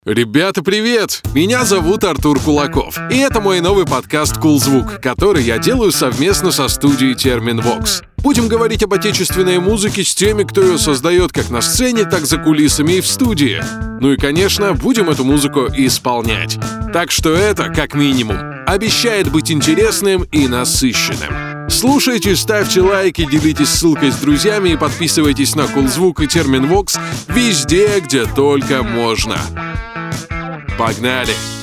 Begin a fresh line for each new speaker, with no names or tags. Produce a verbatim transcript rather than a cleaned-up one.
Ребята, привет! Меня зовут Артур Кулаков, и это мой новый подкаст «Кул Звук», который я делаю совместно со студией Terminvox. Будем говорить об отечественной музыке с теми, кто ее создает как на сцене, так за кулисами и в студии. Ну и, конечно, будем эту музыку исполнять. Так что это, как минимум, обещает быть интересным и насыщенным. Слушайте, ставьте лайки, делитесь ссылкой с друзьями и подписывайтесь на Кул Звук и Terminvox везде, где только можно. Погнали!